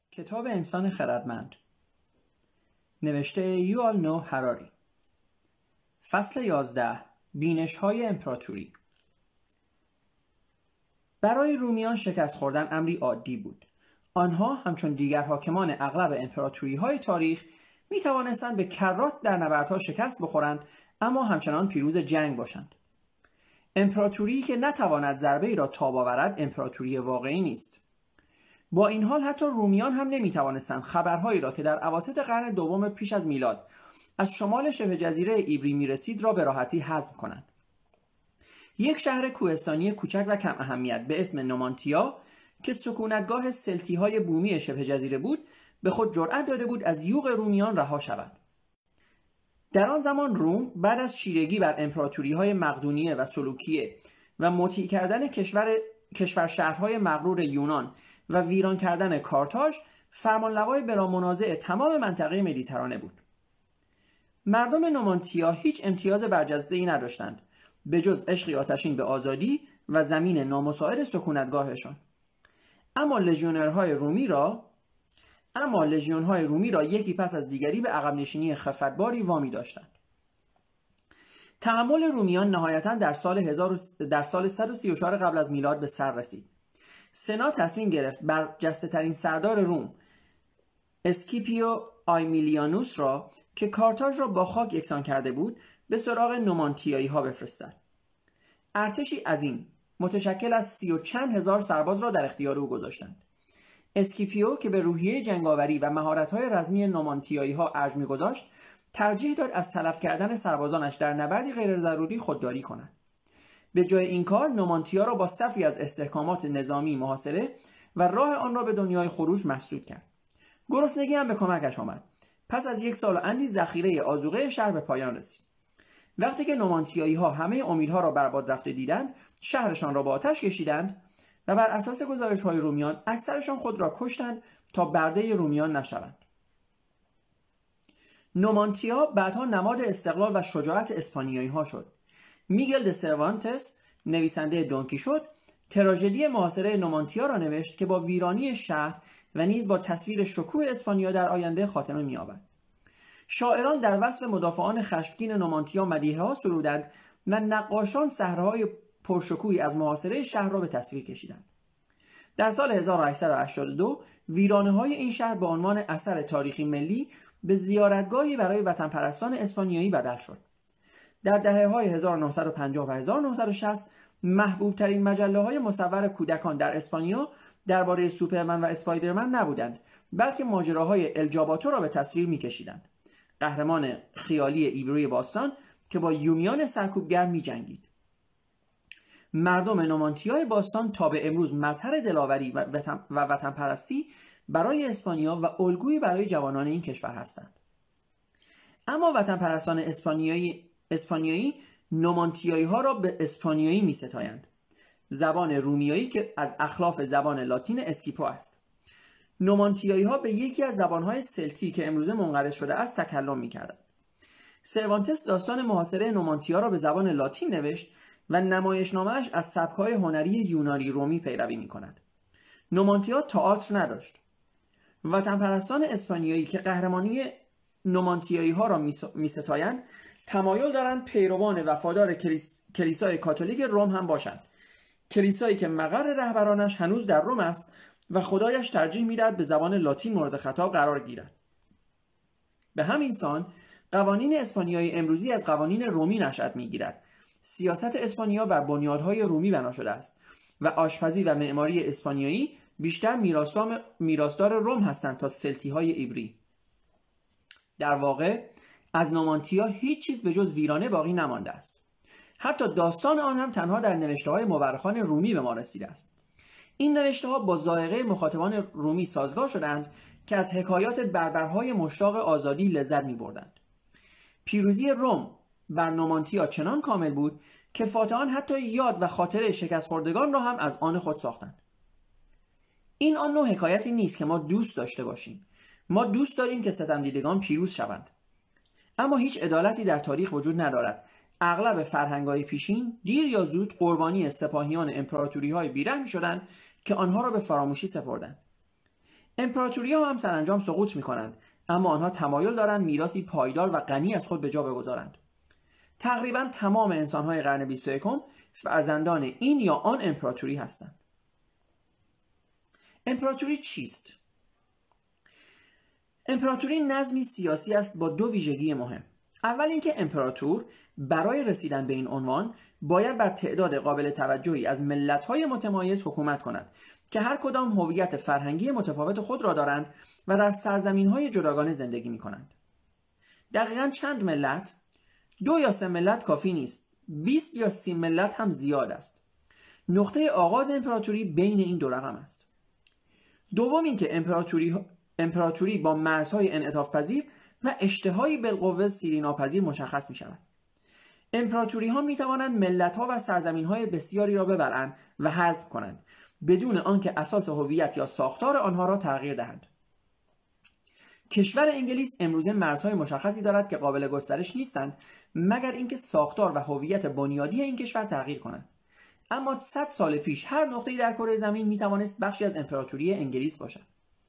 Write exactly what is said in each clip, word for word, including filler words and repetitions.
کتاب انسان خردمند، نوشته یوآل نوح هراری. فصل یازده. بینش‌های امپراتوری. برای رومیان شکست خوردن امری عادی بود. آنها همچون دیگر حاکمان اغلب امپراتوری‌های تاریخ می توانستند به کرات در نبردها شکست بخورند، اما همچنان پیروز جنگ باشند. امپراتوری که نتواند ضربه‌ای را تاب آورد امپراتوری واقعی نیست. با این حال حتی رومیان هم نمی توانستند خبرهایی را که در اواسط قرن دوم پیش از میلاد از شمال شبه جزیره ایبری می رسید را به راحتی هضم کنند. یک شهر کوهستانی کوچک و کم اهمیت به اسم نومانتیا که سکونتگاه سلتی‌های بومی شبه جزیره بود، به خود جرأت داده بود از یوغ رومیان رها شود. در آن زمان روم بعد از چیرگی بر امپراتوری‌های مقدونیه و سلوکیه و مطیع کردن کشور کشور شهرهای مغرور یونان و ویران کردن کارتاژ، فرمانروای بلا منازع تمام منطقه مدیترانه بود. مردم نومانتیا هیچ امتیاز برجسته‌ای نداشتند به جز عشقی آتشین به آزادی و زمین نامساعد سکونتگاهشان. اما لژیونرهای رومی را اما لژیون‌های رومی را یکی پس از دیگری به عقب نشینی خفتباری وامی داشتند. تحمل رومیان نهایتاً در سال هزار در سال صد و سی و چهار قبل از میلاد به سر رسید. سنا تصمیم گرفت برجسته ترین سردار روم، اسکیپیو آیمیلیانوس را که کارتاژ را با خاک یکسان کرده بود، به سراغ نومانتیایی ها بفرستد. ارتشی عظیم متشکل از سی و چند هزار سرباز را در اختیار او گذاشتند. اسکیپیو که به روحیه جنگاوری و مهارت‌های رزمی نومانتیایی ها ارج می‌گذاشت، ترجیح داد از تلف کردن سربازانش در نبردی غیر ضروری خودداری کند. به جای این کار نومانتیا را با صفی از استحکامات نظامی محاصره و راه آن را به دنیای خروج مسدود کرد. گرسنگی هم به کمکش آمد. پس از یک سال و اندی ذخیره آذوقه شهر به پایان رسید. وقتی که نومانتیایی ها همه امیدها را برباد رفته دیدند، شهرشان را با آتش کشیدند و بر اساس گزارش های رومیان اکثرشان خود را کشتند تا برده رومیان نشوند. نومانتیا بعدها نماد استقلال و شجاعت اسپانیایی ها شد. میگل د سروانتس، نویسنده دونکیشوت، تراژدی محاصره نومانتیا را نوشت که با ویرانی شهر و نیز با تصویر شکوه اسپانیا در آینده خاتمه می‌یابد. شاعران در وصف مدافعان خشمگین نومانتیا مدیحه‌ها سرودند و نقاشان صحراهای پرشکوهی از محاصره شهر را به تصویر کشیدند. در سال هزار و هشتصد و هشتاد و دو ویرانه‌های این شهر به عنوان اثر تاریخی ملی به زیارتگاهی برای وطن پرستان اسپانیایی بدل شد. در دهه‌های هزار و نهصد و پنجاه و هزار و نهصد و شصت محبوب ترین مجله‌های مصور کودکان در اسپانیا درباره سوپرمن و اسپایدرمن نبودند، بلکه ماجراهای الجاباتو را به تصویر می‌کشیدند. قهرمان خیالی ایبری باستان که با یومیان سرکوبگر می‌جنگید. مردم نومانتیای باستان تا به امروز مظهر دلاوری و وطن, و وطن پرستی برای اسپانیا و الگویی برای جوانان این کشور هستند. اما وطن پرستان اسپانیایی اسپانیایی نومانتیایی ها را به اسپانیایی می ستایند، زبان رومیایی که از اخلاف زبان لاتین اسکیپو است. نومانتیایی ها به یکی از زبانهای سلتی که امروزه منقرض شده است تکلم می کردند. سروانتس داستان محاصره نومانتیا را به زبان لاتین نوشت و نمایشنامه‌اش از سبک‌های هنری یونانی رومی پیروی می کند. نومانتیا تئاتر نداشت. وطن پرستان اسپانیایی که قهرمانی نومانتیایی ها را می ستایند، تمایل دارند پیروان وفادار کلیس... کلیسای کاتولیک روم هم باشند. کلیسایی که مقر رهبرانش هنوز در روم است و خدایش ترجیح می‌دهد به زبان لاتین مورد خطاب قرار گیرد. به همین سان قوانین اسپانیایی امروزی از قوانین رومی نشأت می‌گیرد. سیاست اسپانیا بر بنیادهای رومی بنا شده است و آشپزی و معماری اسپانیایی بیشتر میراثدار روم هستند تا سلتی‌های ایبری. در واقع از نومانتیا هیچ چیز به جز ویرانه باقی نمانده است. حتی داستان آن هم تنها در نوشته‌های مورخان رومی به ما رسیده است. این نوشته‌ها با ذائقه مخاطبان رومی سازگار شدند که از حکایات بربرهای مشتاق آزادی لذت می‌بردند. پیروزی روم بر نومانتیا چنان کامل بود که فاتحان حتی یاد و خاطره شکست خوردگان را هم از آن خود ساختند. این آن نوع حکایتی نیست که ما دوست داشته باشیم. ما دوست داریم که ستمدیدگان پیروز شوند. اما هیچ عدالتی در تاریخ وجود ندارد. اغلب فرهنگ‌های پیشین دیر یا زود قربانی سپاهیان امپراتوری‌های بیرحمی شدند که آنها را به فراموشی سپردند. امپراتوری ها هم سرانجام سقوط می کنند، اما آنها تمایل دارند میراثی پایدار و غنی از خود به جا بگذارند. تقریبا تمام انسان‌های قرن بیست و یکم فرزندان این یا آن امپراتوری هستند. امپراتوری چیست؟ امپراتوری نظمی سیاسی است با دو ویژگی مهم. اول اینکه امپراتور برای رسیدن به این عنوان باید بر تعداد قابل توجهی از ملت‌های متمایز حکومت کند که هر کدام هویت فرهنگی متفاوت خود را دارند و در سرزمین‌های جداگانه زندگی می‌کنند. دقیقاً چند ملت؟ دو یا سه ملت کافی نیست. بیست یا سی ملت هم زیاد است. نقطه آغاز امپراتوری بین این دو رقم است. دوم اینکه امپراتوری امپراتوری با مرزهای انعطاف پذیر و اشتهایی بالقوه سیری ناپذیر مشخص می شود. امپراتوری ها می توانند ملت ها و سرزمین های بسیاری را ببلند و حذف کنند بدون آنکه اساس هویت یا ساختار آنها را تغییر دهند. کشور انگلیس امروزه مرزهای مشخصی دارد که قابل گسترش نیستند مگر اینکه ساختار و هویت بنیادی این کشور تغییر کنند. اما صد سال پیش هر نقطه‌ای در کره زمین می توانست بخشی از امپراتوری انگلیس باشد.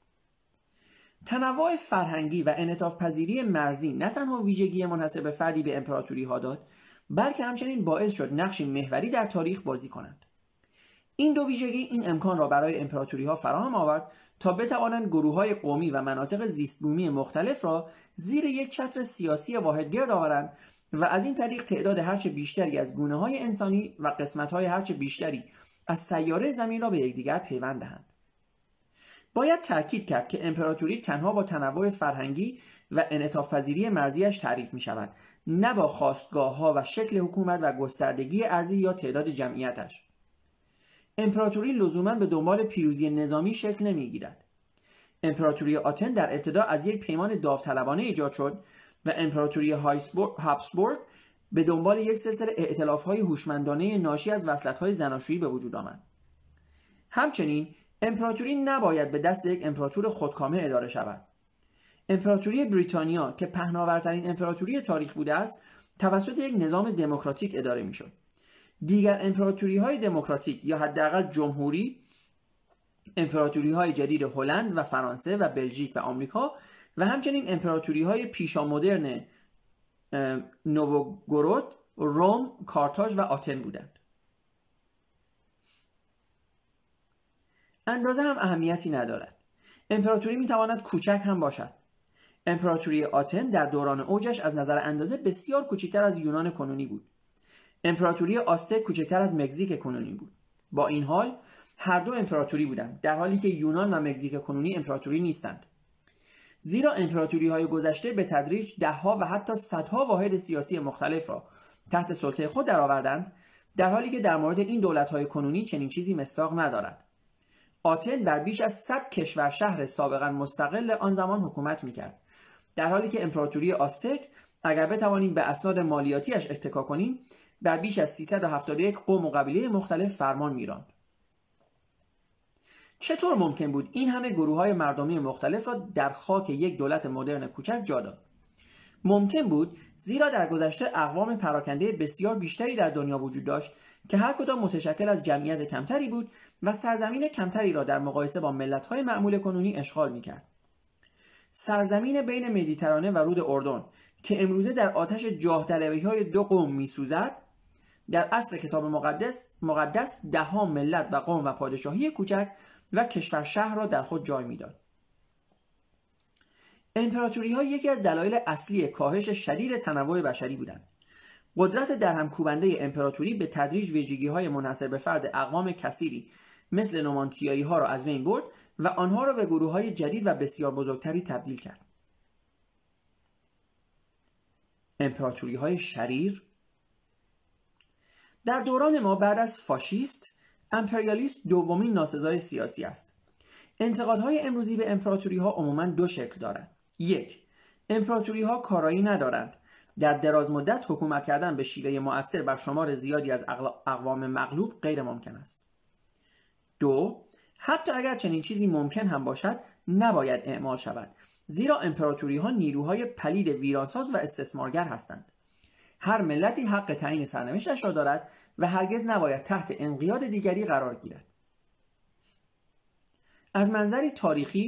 تنوع فرهنگی و انعطاف پذیری مرزی نه تنها ویژگی منحصر به فردی به امپراتوری ها داد، بلکه همچنین باعث شد نقشی محوری در تاریخ بازی کنند. این دو ویژگی این امکان را برای امپراتوری ها فراهم آورد تا بتوانند گروه های قومی و مناطق زیست‌بومی مختلف را زیر یک چتر سیاسی واحد گرد آورند و از این طریق تعداد هرچه بیشتری از گونه‌های انسانی و قسمت‌های هرچه بیشتری از سیاره زمین را به یکدیگر پیوند دهند. باید تأکید کرد که امپراتوری تنها با تنوع فرهنگی و انعطاف پذیری مرزیش تعریف می شود، نه با خاستگاه‌ها و شکل حکومت و گستردگی ارضی یا تعداد جمعیتش. امپراتوری لزوماً به دنبال پیروزی نظامی شکل نمی‌گیرد. امپراتوری آتن در ابتدا از یک پیمان داوطلبانه ایجاد شد و امپراتوری هابسبورگ به دنبال یک سلسله ائتلاف‌های هوشمندانه ناشی از وصلت‌های زناشویی به وجود آمد. همچنین امپراتوری نباید به دست یک امپراتور خودکامه اداره شود. امپراتوری بریتانیا که پهناورترین امپراتوری تاریخ بوده است، توسط یک نظام دموکراتیک اداره می‌شد. دیگر امپراتوری‌های دموکراتیک یا حداقل جمهوری، امپراتوری‌های جدید هلند و فرانسه و بلژیک و آمریکا و همچنین امپراتوری‌های پیشا مدرن نووگورود، روم، کارتاژ و آتن بودند. اندازه هم اهمیتی ندارد. امپراتوری میتواند کوچک هم باشد. امپراتوری آتن در دوران اوجش از نظر اندازه بسیار کوچکتر از یونان کنونی بود. امپراتوری آستک کوچکتر از مکزیک کنونی بود. با این حال هر دو امپراتوری بودند، در حالی که یونان و مکزیک کنونی امپراتوری نیستند. زیرا امپراتوری‌های گذشته به تدریج ده‌ها و حتی صدها واحد سیاسی مختلف را تحت سلطه خود درآوردند، در حالی که در مورد این دولت‌های کنونی چنین چیزی مصداق ندارد. آتن در بیش از صد کشور شهر سابقا مستقل آن زمان حکومت می‌کرد، در حالی که امپراتوری آستک اگر بتوانیم به اسناد مالیاتیش اتکا کنیم، بر بیش از سیصد و هفتاد و یک قوم و قبیله مختلف فرمان می‌راند. چطور ممکن بود این همه گروه‌های مردمی مختلف را در خاک یک دولت مدرن کوچک جا داد؟ ممکن بود زیرا در گذشته اقوام پراکنده بسیار بیشتری در دنیا وجود داشت که هر کدام متشکل از جمعیت کمتری بود و سرزمین کمتری را در مقایسه با ملت‌های معمول کنونی اشغال می‌کرد. سرزمین بین مدیترانه و رود اردن که امروزه در آتش جاه طلبی‌های دو قوم می‌سوزد، در عصر کتاب مقدس مقدس ده‌ها ملت و قوم و پادشاهی کوچک و کشور شهر را در خود جای می‌داد. امپراتوری‌ها یکی از دلایل اصلی کاهش شدید تنوع بشری بودند. قدرت درهم کوبنده امپراتوری به تدریج ویژگی‌های منحصر به فرد اقوام کثیری مثل نومانتیایی‌ها را از بین برد و آنها را به گروه‌های جدید و بسیار بزرگتری تبدیل کرد. امپراتوری‌های شریر در دوران ما بعد از فاشیست، امپریالیست دومین ناسزای سیاسی است. انتقادهای امروزی به امپراتوری‌ها عموماً دو شکل دارد. یک، امپراتوری‌ها کارایی ندارند. در دراز مدت حکومت کردن به شیوه مؤثر بر شمار زیادی از اقوام مغلوب غیر ممکن است. دو، حتی اگر چنین چیزی ممکن هم باشد نباید اعمال شود، زیرا امپراتوری‌ها نیروهای پلید ویرانساز و استثمارگر هستند. هر ملتی حق تعیین سرنوشتش را دارد و هرگز نباید تحت انقیاد دیگری قرار گیرد. از منظری تاریخی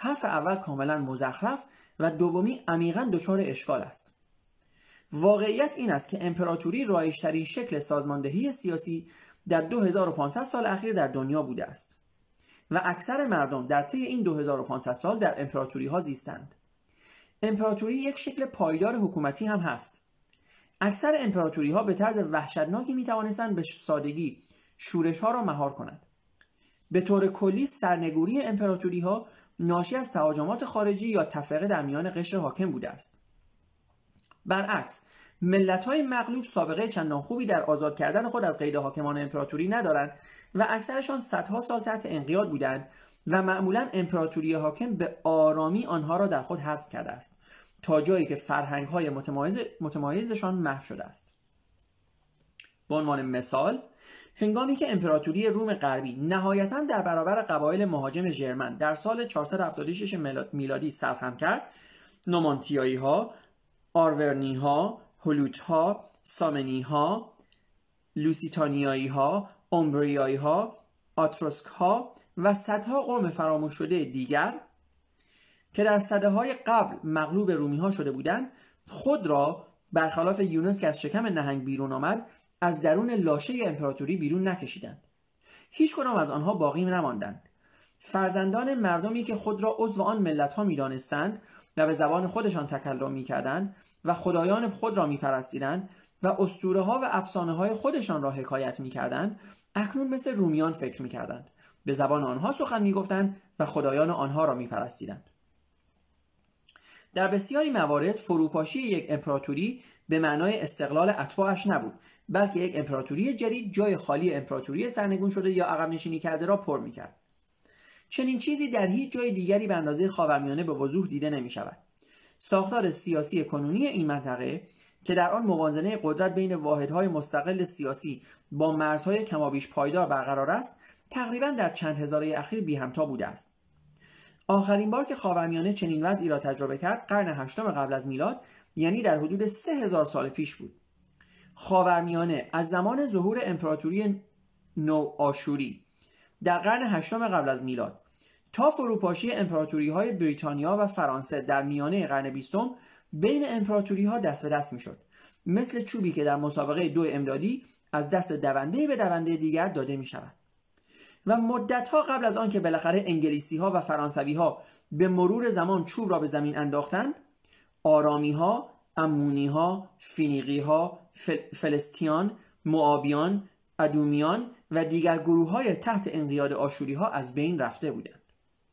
حرف اول کاملا مزخرف و دومی عمیقاً دچار اشکال است. واقعیت این است که امپراتوری رایج‌ترین شکل سازماندهی سیاسی در دو هزار و پانصد سال اخیر در دنیا بوده است و اکثر مردم در طی این دو هزار و پانصد سال در امپراتوری ها زیستند. امپراتوری یک شکل پایدار حکومتی هم هست. اکثر امپراتوری ها به طرز وحشتناکی می توانستند به سادگی شورش ها را مهار کنند. به طور کلی سرنگوری امپراتوری ها ناشی از تهاجمات خارجی یا تفرقه در میان قشر حاکم بوده است. برعکس، ملت‌های مغلوب سابقه چندان خوبی در آزاد کردن خود از قید حاکمان امپراتوری ندارند و اکثرشان صدها سال تحت انقیاد بودند و معمولاً امپراتوری حاکم به آرامی آنها را در خود حذف کرده است تا جایی که فرهنگ‌های متمایز متمایزشان محو شده است. به عنوان مثال، هنگامی که امپراتوری روم غربی نهایتاً در برابر قبایل مهاجم ژرمن در سال چهارصد و هفتاد و شش میلادی سرخم کرد، نومانتیایی‌ها، آرورنی‌ها، هلوت‌ها، سامنی‌ها، لوسیتانیایی‌ها، اومبریایی‌ها، آتروسک‌ها و صدها قوم فراموش شده دیگر که در سده‌های قبل مغلوب رومی‌ها شده بودند، خود را برخلاف یونس که از شکم نهنگ بیرون آمد، از درون لاشه امپراتوری بیرون نکشیدند. هیچ کدام از آنها باقی نماندند. فرزندان مردمی که خود را عضو آن ملت‌ها می‌دانستند و به زبان خودشان تکلم می‌کردند و خدایان خود را می‌پرستیدند و اسطوره‌ها و افسانه‌های خودشان را حکایت می‌کردند، اکنون مثل رومیان فکر می‌کردند، به زبان آنها سخن می‌گفتند و خدایان آنها را می‌پرستیدند. در بسیاری موارد فروپاشی یک امپراتوری به معنای استقلال اتباعش نبود، بلکه یک امپراتوری جدید جای خالی امپراتوری سرنگون شده یا عقب نشینی کرده را پر می‌کرد. چنین چیزی در هیچ جای دیگری به اندازه خاورمیانه به وضوح دیده نمی‌شود. ساختار سیاسی کنونی این منطقه که در آن موازنه قدرت بین واحدهای مستقل سیاسی با مرزهای کمابیش پایدار برقرار است، تقریباً در چند هزاره اخیر بی همتا بوده است. آخرین بار که خاورمیانه چنین وضعی را تجربه کرد، قرن هشتم قبل از میلاد، یعنی در حدود سه هزار سال پیش بود. خاورمیانه از زمان ظهور امپراتوری نوآشوری در قرن هشتم قبل از میلاد تا فروپاشی امپراتوری‌های بریتانیا و فرانسه در میانه قرن بیستم بین امپراتوری‌ها دست به دست می‌شد، مثل چوبی که در مسابقه دو امدادی از دست دونده به دونده دیگر داده می‌شود. و مدت‌ها قبل از آن که بالاخره انگلیسی‌ها و فرانسوی‌ها به مرور زمان چوب را به زمین انداختند، آرامی‌ها، امونی‌ها، فینیقی‌ها، فل... فلسطیان، موآبیان، ادومیان و دیگر گروه‌های تحت انقیاد آشوری‌ها از بین رفته بودند.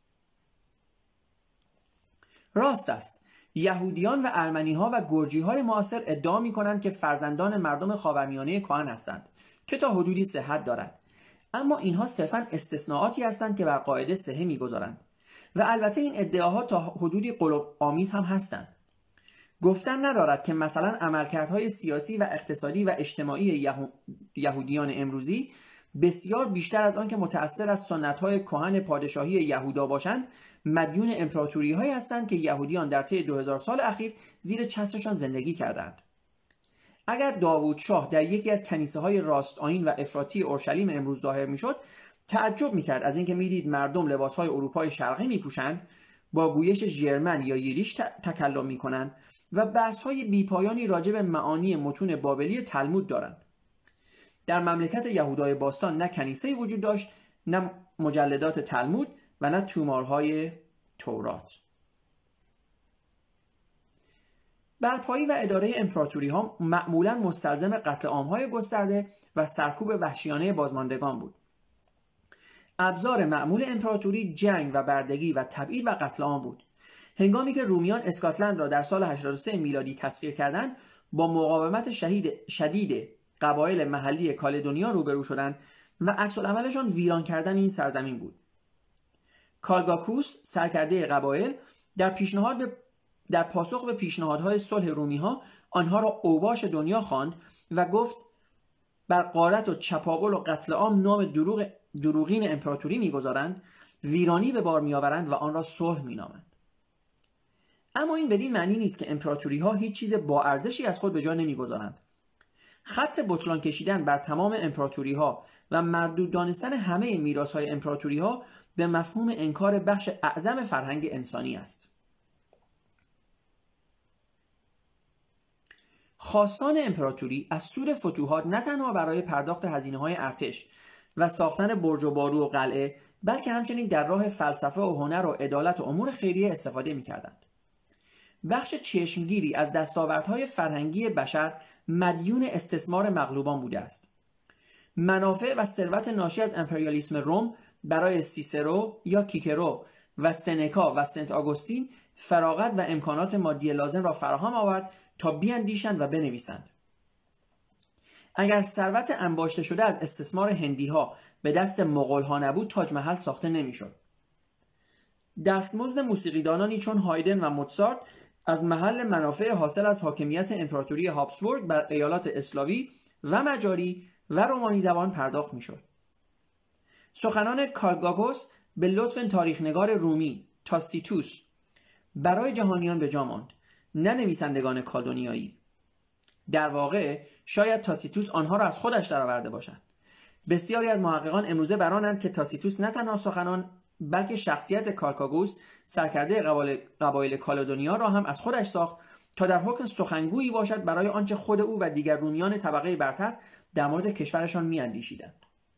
راست است، یهودیان و ارمنی‌ها و گرجی‌های معاصر ادعا می‌کنند که فرزندان مردم خاورمیانه کهن هستند که تا حدودی صحت دارد، اما اینها صرفاً استثناءاتی هستند که بر قاعده صحه می‌گذارند و البته این ادعاها تا حدودی غلو آمیز هم هستند. گفتن ندارد که مثلا عملکردهای سیاسی و اقتصادی و اجتماعی یهو... یهودیان امروزی بسیار بیشتر از آن که متأثر از سنت‌های کهن پادشاهی یهودا باشند، مدیون امپراتوری‌هایی هستند که یهودیان در طی دو هزار سال اخیر زیر چترشان زندگی کردند. اگر داوود شاه در یکی از کنیسه‌های راست آیین و افراطی اورشلیم امروز ظاهر می‌شد، تعجب می‌کرد از اینکه می‌دید مردم لباس‌های اروپای شرقی می‌پوشند، با گویش ژرمن یا ییریش تکلم می‌کنند و بحث‌های بی‌پایانی راجع به معانی متون بابلی تلمود دارند. در مملکت یهودای باستان نه کنیسه‌ای وجود داشت، نه مجلدات تلمود و نه تومارهای تورات. برپایی و اداره امپراتوری ها معمولاً مستلزم قتل عام‌های گسترده و سرکوب وحشیانه بازماندگان بود. ابزار معمول امپراتوری جنگ و بردگی و تبعید و قتل عام بود. هنگامی که رومیان اسکاتلند را در سال هشتاد و سه میلادی تسخیر کردند، با مقاومت شدید شدید قبایل محلی کالدونیا روبرو شدند و عکس العملشان ویران کردن این سرزمین بود. کالگاکوس، سرکرده قبایل، در پیشنهاد به در پاسخ به پیشنهادهای صلح رومی‌ها آنها را اوباش دنیا خواند و گفت بر غارت و چپاول و قتل عام نام دروغ دروغین امپراتوری می‌گذارند، ویرانی به بار می‌آورند و آن را صلح می‌نامند. اما این بدین معنی نیست که امپراتوری‌ها هیچ چیز با ارزشی از خود به جا نمی‌گذارند. خط بطلان کشیدن بر تمام امپراتوری‌ها و مردود دانستن همه میراث‌های امپراتوری‌ها به مفهوم انکار بخش اعظم فرهنگ انسانی است. خواستان امپراتوری از سود فتوحات نه تنها برای پرداخت هزینه‌های ارتش و ساختن برج و بارو و قلعه، بلکه همچنین در راه فلسفه و هنر و عدالت و امور خیریه استفاده می‌کردند. بخش چشمگیری از دستاوردهای فرهنگی بشر مدیون استثمار مغلوبان بوده است. منافع و ثروت ناشی از امپریالیسم روم برای سیسرو یا کیکرو و سنکا و سنت آگوستین فراغت و امکانات مادی لازم را فراهم آورد تا بیاندیشند و بنویسند. اگر ثروت انباشته شده از استثمار هندی‌ها به دست مغول‌ها نبود، تاج محل ساخته نمی‌شد. دستمزد موسیقیدانانی چون هایدن و موتسارت از محل منافع حاصل از حاکمیت امپراتوری هابسبورگ بر ایالات اسلاوی و مجاری و رومانی زبان پرداخت می‌شد. سخنان کالگاگوس به لطف تاریخ‌نگار رومی تاسیتوس برای جهانیان به جا ماند، نه نویسندگان کالدونیایی. در واقع شاید تاسیتوس آنها را از خودش درآورده باشد. بسیاری از محققان امروزه برانند که تاسیتوس نه تنها سخنان بلکه شخصیت کالکاگوس سرکرده قبایل, قبایل کالدونیا را هم از خودش ساخت تا در حکم سخنگویی باشد برای آنچه خود او و دیگر رومیان طبقه برتر در مورد کشورشان می‌اندیشیدند.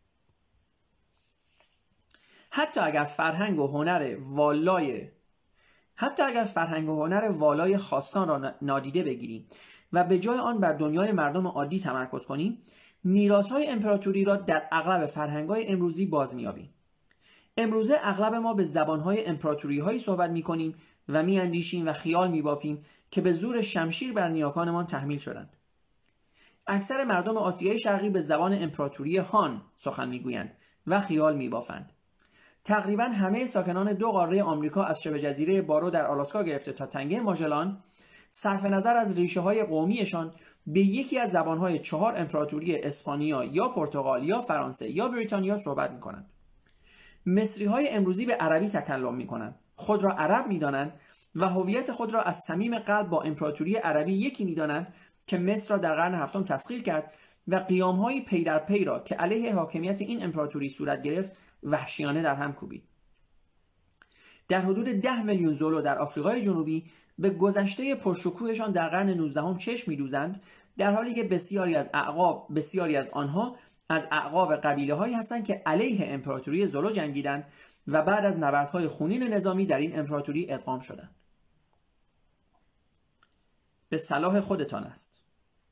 حتی اگر فرهنگ و هنر والای حتی اگر فرهنگ و هنر والای خاصان را نادیده بگیریم و به جای آن بر دنیای مردم عادی تمرکز کنیم، میراث‌های امپراتوری را در اغلب فرهنگ‌های امروزی باز می‌یابیم. امروزه اغلب ما به زبان‌های امپراتوری‌هایی صحبت می‌کنیم و می‌اندیشیم و خیال می‌بافیم که به زور شمشیر بر نیاکانمان تحمیل شدند. اکثر مردم آسیای شرقی به زبان امپراتوری هان سخن می‌گویند و خیال می‌بافند. تقریباً همه ساکنان دو قاره آمریکا از شبه جزیره بارو در آلاسکا گرفته تا تنگه ماژلان، صرف نظر از ریشه‌های قومیشان، به یکی از زبان‌های چهار امپراتوری اسپانیا یا پرتغال یا فرانسه یا بریتانیا صحبت می‌کنند. مصری‌های امروزی به عربی تکلم می‌کنند، خود را عرب می‌دانند و هویت خود را از صمیم قلب با امپراتوری عربی یکی می‌دانند که مصر را در قرن هفتم تسخیر کرد و قیام‌های پی در پی را که علیه حاکمیت این امپراتوری صورت گرفت وحشیانه در هم کوبید. در حدود ده میلیون زولو در آفریقای جنوبی به گذشته پرشکوهشان در قرن نوزدهم چشم می‌دوزند، در حالی که بسیاری از اعقاب بسیاری از آنها از اعقاب قبیله‌هایی هستند که علیه امپراتوری زولو جنگیدند و بعد از نبردهای خونین نظامی در این امپراتوری ادغام شدند. به صلاح خودتان است.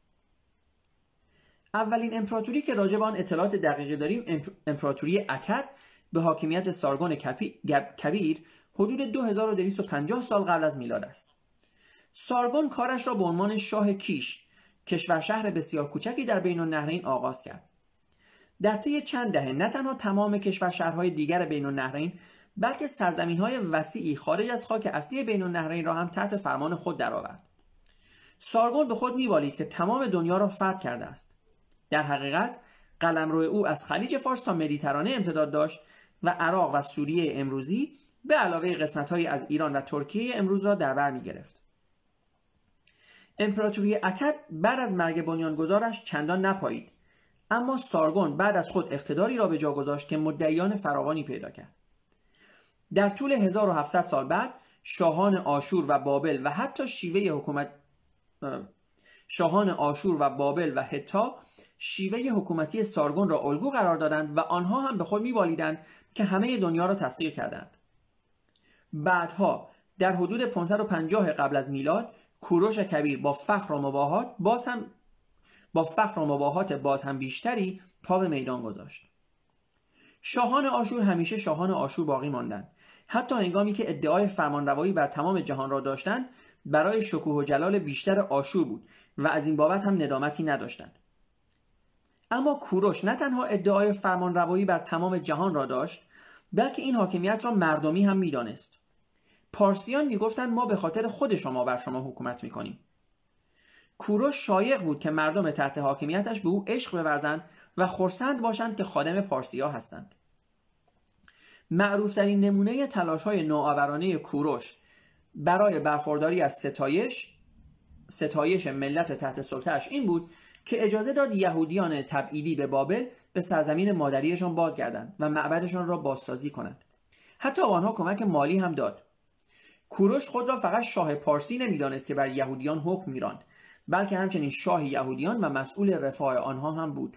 اولین امپراتوری که راجع به آن اطلاعات دقیقی داریم امپراتوری اکد به حاکمیت سارگون کبیر حدود دو هزار و دویست و پنجاه سال قبل از میلاد است. سارگون کارش را به عنوان شاه کیش، کشور شهر بسیار کوچکی در بین النهرین آغاز کرد. در طی چند دهه نه تنها تمام کشور شهرهای دیگر بین النهرین بلکه سرزمین‌های وسیعی خارج از خاک اصلی بین النهرین را هم تحت فرمان خود درآورد. سارگون به خود می‌بالید که تمام دنیا را فتح کرده است. در حقیقت قلمرو او از خلیج فارس تا مدیترانه امتداد داشت و عراق و سوریه امروزی به علاوه قسمت‌هایی از ایران و ترکیه امروز را در بر می‌گرفت. امپراتوری اکد بعد از مرگ بنیانگذارش چندان نپایید، اما سارگون بعد از خود اقتداری را به جا گذاشت که مدعیان فراوانی پیدا کرد. در طول هزار و هفتصد سال بعد شاهان آشور و بابل و حتی شیوه حکومت شاهان آشور و بابل و هتا شیوه حکومتی سارگون را الگو قرار دادند و آنها هم به خود می‌بالیدند که همه دنیا را تسخیر کردند. بعدها در حدود پانصد و پنجاه قبل از میلاد کوروش کبیر با فخر و مباهات باز هم با فخر و مباهات باز هم بیشتری پا به میدان گذاشت. شاهان آشور همیشه شاهان آشور باقی ماندند، حتی هنگامی که ادعای فرمانروایی بر تمام جهان را داشتند. برای شکوه و جلال بیشتر آشور بود و از این بابت هم ندامتی نداشتند. اما کوروش نه تنها ادعای فرمانروایی بر تمام جهان را داشت، بلکه این حاکمیت را مردمی هم می‌دانست. پارسیان می‌گفتند ما به خاطر خود شما بر شما حکومت می‌کنیم. کوروش شایق بود که مردم تحت حاکمیتش به او عشق بورزند و خرسند باشند که خادم پارسیا هستند. معروف‌ترین نمونه تلاش‌های نوآورانه کوروش برای برخورداری از ستایش ستایش ملت تحت سلطه‌اش این بود که اجازه داد یهودیان تبعیدی به بابل به سرزمین مادریشان بازگردند و معبدشان را بازسازی کنند. حتی به آنها کمک مالی هم داد. کوروش خود را فقط شاه پارسی نمیدانست که بر یهودیان حکم می‌راند، بلکه همچنین شاه یهودیان و مسئول رفاه آنها هم بود.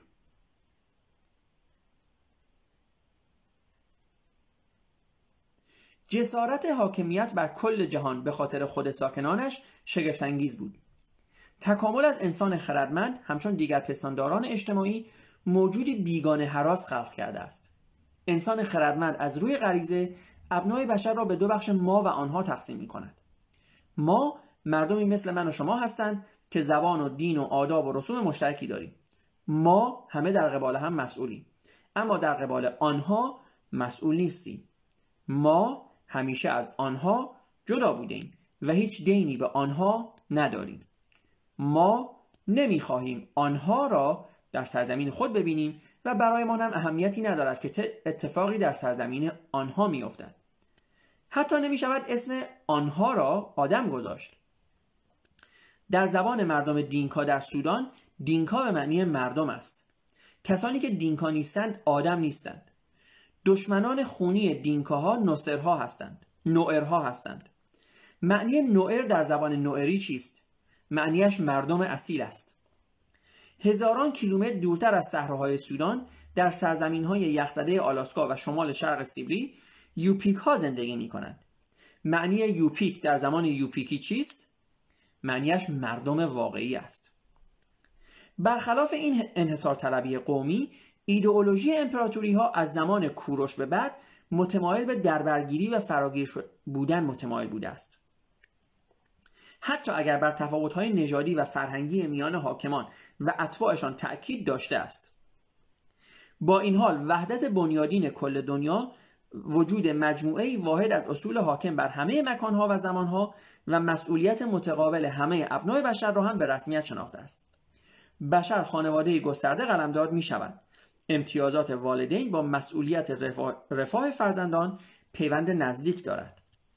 جسارت حاکمیت بر کل جهان به خاطر خود ساکنانش شگفت‌انگیز بود. تکامل از انسان خردمند همچون دیگر پستانداران اجتماعی موجودی بیگانه هراس خلق کرده است. انسان خردمند از روی غریزه ابنای بشر را به دو بخش ما و آنها تقسیم می کند. ما مردمی مثل من و شما هستند که زبان و دین و آداب و رسوم مشترکی داریم. ما همه در قبال هم مسئولیم، اما در قبال آنها مسئول نیستیم. ما همیشه از آنها جدا بودیم و هیچ دینی به آنها نداریم. ما نمیخواهیم آنها را در سرزمین خود ببینیم و برای ما هم اهمیتی ندارد که اتفاقی در سرزمین آنها میافتد. حتی نمیشود اسم آنها را آدم گذاشت. در زبان مردم دینکا در سودان، دینکا به معنی مردم است. کسانی که دینکا نیستند آدم نیستند. دشمنان خونی دینکاها نوسرها هستند. نوئرها هستند. معنی نوئر در زبان نوئری چیست؟ معنیش مردم اصیل است. هزاران کیلومتر دورتر از صحراهای سودان در سرزمین‌های یخزده آلاسکا و شمال شرق سیبری یوپیک ها زندگی می‌کنند. معنی یوپیک در زمان یوپیکی چیست؟ معنیش مردم واقعی است. برخلاف این انحصار طلبی قومی، ایدئولوژی امپراتوری ها از زمان کوروش به بعد متمایل به دربرگیری و فراگیر بودن متمایل بوده است. حتی اگر بر تفاوت‌های نژادی و فرهنگی میان حاکمان و اتباعشان تأکید داشته است. با این حال وحدت بنیادین کل دنیا، وجود مجموعه‌ای واحد از اصول حاکم بر همه مکان‌ها و زمان‌ها و مسئولیت متقابل همه ابنای بشر را هم به رسمیت شناخته است. بشر خانواده‌ای گسترده قلمداد می‌شود. امتیازات والدین با مسئولیت رفاه, رفاه فرزندان پیوند نزدیک دارد.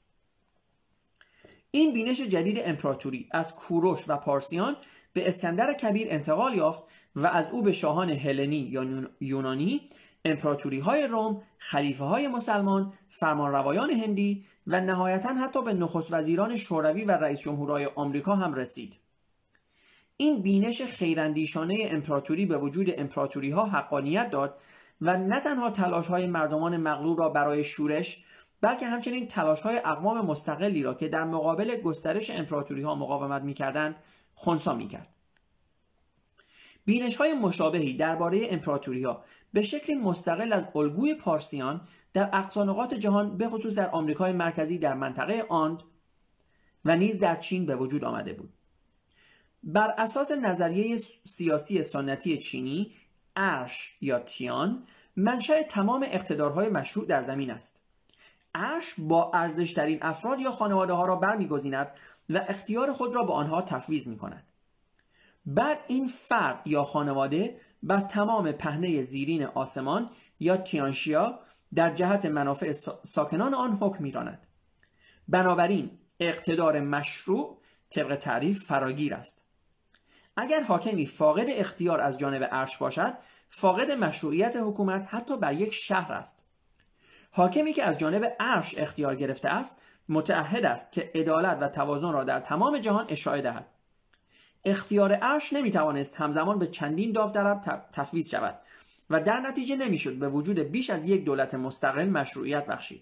این بینش جدید امپراتوری از کوروش و پارسیان به اسکندر کبیر انتقال یافت و از او به شاهان هلنی یا یونانی، امپراتوری های روم، خلیفه های مسلمان، فرمانروایان هندی و نهایتاً حتی به نخست وزیران شوروی و رئیس جمهورهای آمریکا هم رسید. این بینش خیراندیشانه امپراتوری به وجود امپراتوری ها حقانیت داد و نه تنها تلاش های مردمان مغلوب را برای شورش، بلکه همچنین تلاش های اقوام مستقلی را که در مقابل گسترش امپراتوری ها مقاومت می‌کردند خنثی می‌کرد. بینش های مشابهی درباره امپراتوری ها به شکل مستقل از الگوی پارسیان در اقصا نقاط جهان، به خصوص در آمریکای مرکزی در منطقه آند و نیز در چین به وجود آمده بود. بر اساس نظریه سیاسی سنتی چینی، ارش یا تیان منشأ تمام اقتدارهای مشروع در زمین است. ارش با ارزشترین افراد یا خانواده ها را برمیگزیند و اختیار خود را به آنها تفویض می کند. بعد این فرد یا خانواده بر تمام پهنه زیرین آسمان یا تیانشیا در جهت منافع ساکنان آن حکم می راند. بنابراین اقتدار مشروع طبق تعریف فراگیر است. اگر حاکمی فاقد اختیار از جانب ارش باشد، فاقد مشروعیت حکومت حتی بر یک شهر است. حاکمی که از جانب ارش اختیار گرفته است، متعهد است که عدالت و توازن را در تمام جهان اشاعه دهد. اختیار ارش نمیتوانست همزمان به چندین داوطلب تفویض شود و در نتیجه نمیشد به وجود بیش از یک دولت مستقل مشروعیت بخشید.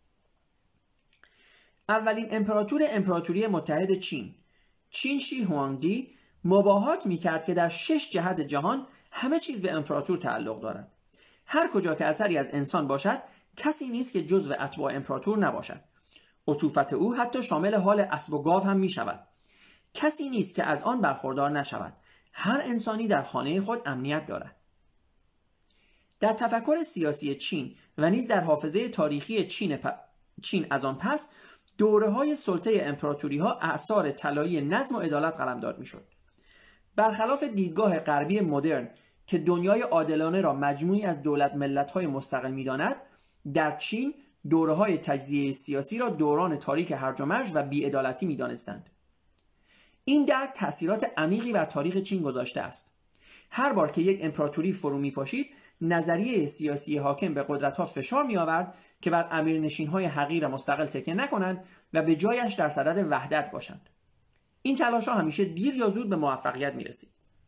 اولین امپراتور امپراتوری متحد چین، چین شی هوانگدی، مباهات میکرد که در شش جهت جهان همه چیز به امپراتور تعلق دارد. هر کجا که اثری از انسان باشد، کسی نیست که جزو اتباع امپراتور نباشد. عطوفت او حتی شامل حال اسب و گاو هم می شود. کسی نیست که از آن برخوردار نشود. هر انسانی در خانه خود امنیت دارد. در تفکر سیاسی چین و نیز در حافظه تاریخی چین, پ... چین از آن پس، دوره های سلطه امپراتوری ها اعصار طلایی نظم و عدالت قلمداد می شد. برخلاف دیدگاه غربی مدرن که دنیای عادلانه را مجموعی از دولت ملت های مستقل می داند، در چین دوره های تجزیه سیاسی را دوران تاریک هرج و مرج و بی‌عدالتی می دانستند. این درک تأثیرات عمیقی بر تاریخ چین گذاشته است. هر بار که یک امپراتوری فرو می پاشید، نظریه سیاسی حاکم به قدرت‌ها فشار می‌آورد که بر امیرنشین‌های حقیر مستقل تکیه نکنند و به جایش در صدد وحدت باشند. این تلاش‌ها همیشه دیر یا زود به موفقیت می‌رسید.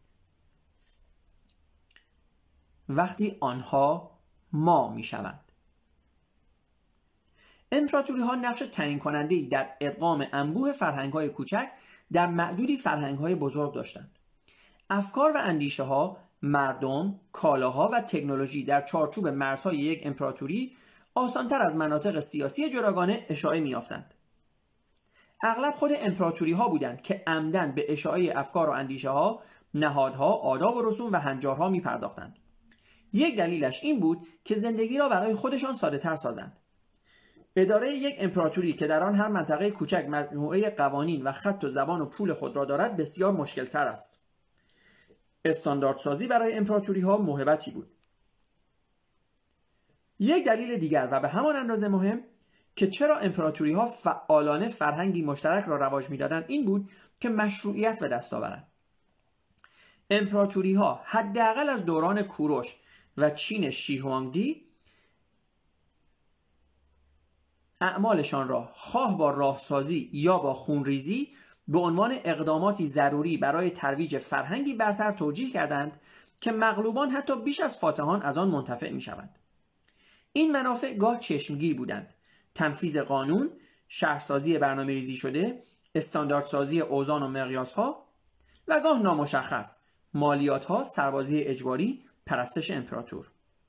وقتی آنها ما می‌شوند. امپراتوری‌ها نقش تعیین کننده‌ای در ادغام انبوه فرهنگ‌های کوچک در معدودی فرهنگ‌های بزرگ داشتند. افکار و اندیشه‌ها، مردم، کالاها و تکنولوژی در چارچوب مرزهای یک امپراتوری آسان‌تر از مناطق سیاسی جداگانه اشاعه می‌یافتند. اغلب خود امپراتوری‌ها بودند که عمدن به اشاعه افکار و اندیشه‌ها، نهادها، آداب و رسوم و هنجارها می‌پرداختند. یک دلیلش این بود که زندگی را برای خودشان ساده‌تر سازند. اداره یک امپراتوری که در آن هر منطقه کوچک مجموعه قوانین و خط و زبان و پول خود را دارد بسیار مشکل‌تر است. استانداردسازی برای امپراتوری‌ها موهبتی بود. یک دلیل دیگر و به همان اندازه مهم که چرا امپراتوری‌ها فعالانه فرهنگی مشترک را رواج می‌دادند این بود که مشروعیت به دست آورند. امپراتوری‌ها حداقل از دوران کوروش و چین شی هوانگدی اعمالشان را خواه با راهسازی یا با خونریزی به عنوان اقداماتی ضروری برای ترویج فرهنگی برتر توجیه کردند که مغلوبان حتی بیش از فاتحان از آن منتفع می‌شوند. این منافع گاه چشمگیر بودند: تنفیذ قانون، شهرسازی برنامه‌ریزی شده، استانداردسازی اوزان و مقیاس‌ها، و گاه نامشخص: مالیات‌ها، سربازی اجباری، پرستش امپراتور.